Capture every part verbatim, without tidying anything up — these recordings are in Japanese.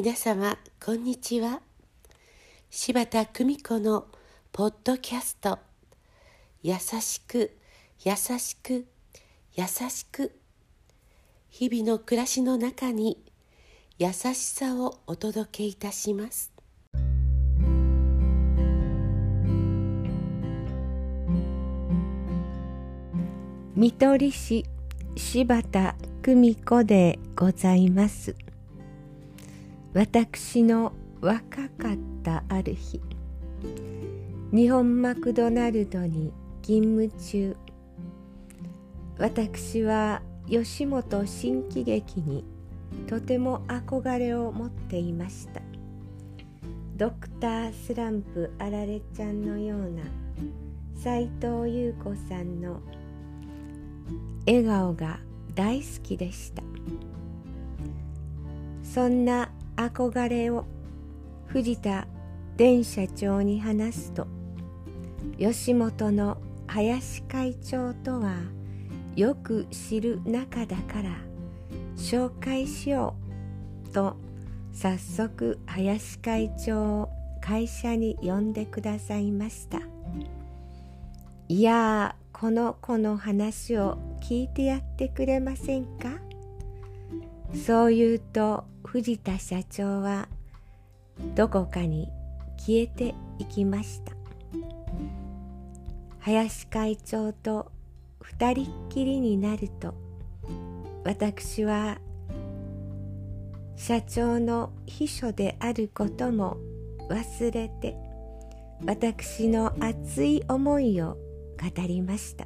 皆様こんにちは。柴田久美子のポッドキャスト、優しく優しく優しく、日々の暮らしの中に優しさをお届けいたします。 看取り師柴田久美子でございます。私の若かったある日、日本マクドナルドに勤務中、私は吉本新喜劇にとても憧れを持っていました。ドクタースランプあられちゃんのような斉藤優子さんの笑顔が大好きでした。そんな憧れを藤田伝社長に話すと、吉本の林会長とはよく知る仲だから紹介しようと、早速林会長を会社に呼んでくださいました。いやー、この子の話を聞いてやってくれませんか。そう言うと藤田社長はどこかに消えていきました。林会長と二人っきりになると、私は社長の秘書であることも忘れて、私の熱い思いを語りました。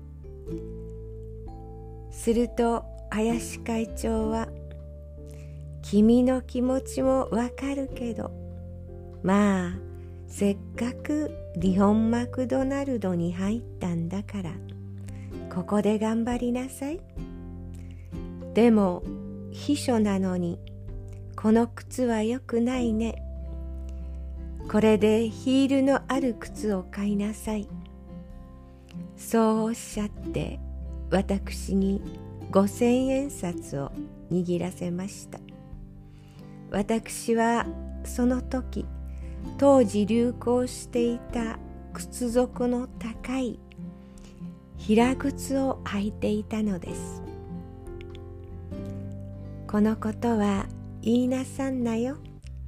すると林会長は、君の気持ちもわかるけど、まあせっかく日本マクドナルドに入ったんだからここで頑張りなさい。でも秘書なのにこの靴は良くないね。これでヒールのある靴を買いなさい。そうおっしゃって私に五千円札を握らせました。私はその時、当時流行していた靴底の高い平靴を履いていたのです。このことは言いなさんなよ、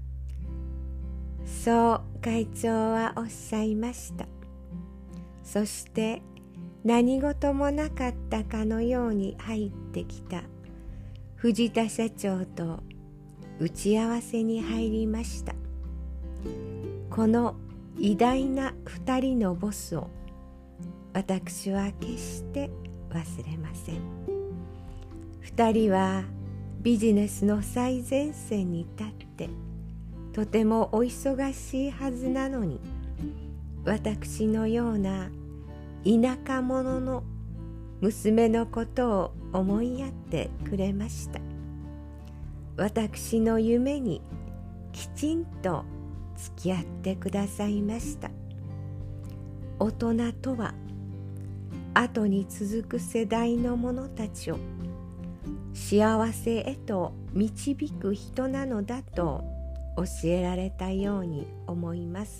そう会長はおっしゃいました。そして何事もなかったかのように入ってきた藤田社長と打ち合わせに入りました。この偉大な二人のボスを私は決して忘れません。二人はビジネスの最前線に立ってとてもお忙しいはずなのに、私のような田舎者の娘のことを思いやってくれました。私の夢にきちんと付き合ってくださいました。大人とは後に続く世代の者たちを幸せへと導く人なのだと教えられたように思います。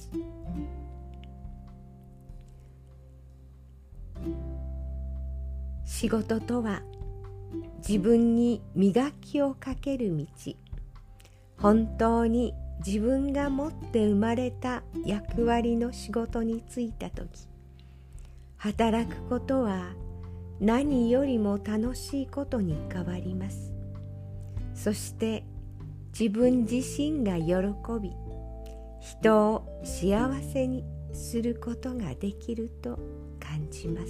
仕事とは自分に磨きをかける道。本当に自分が持って生まれた役割の仕事に就いたとき、働くことは何よりも楽しいことに変わります。そして自分自身が喜び、人を幸せにすることができると感じます。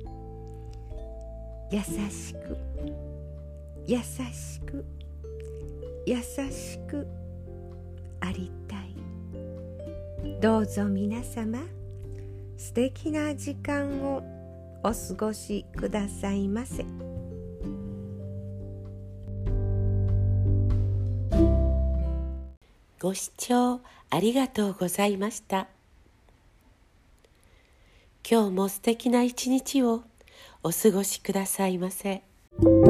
優しく優しく優しくありたい。どうぞ皆様、素敵な時間をお過ごしくださいませ。 ご視聴ありがとうございました。今日も素敵な一日をお過ごしくださいませ。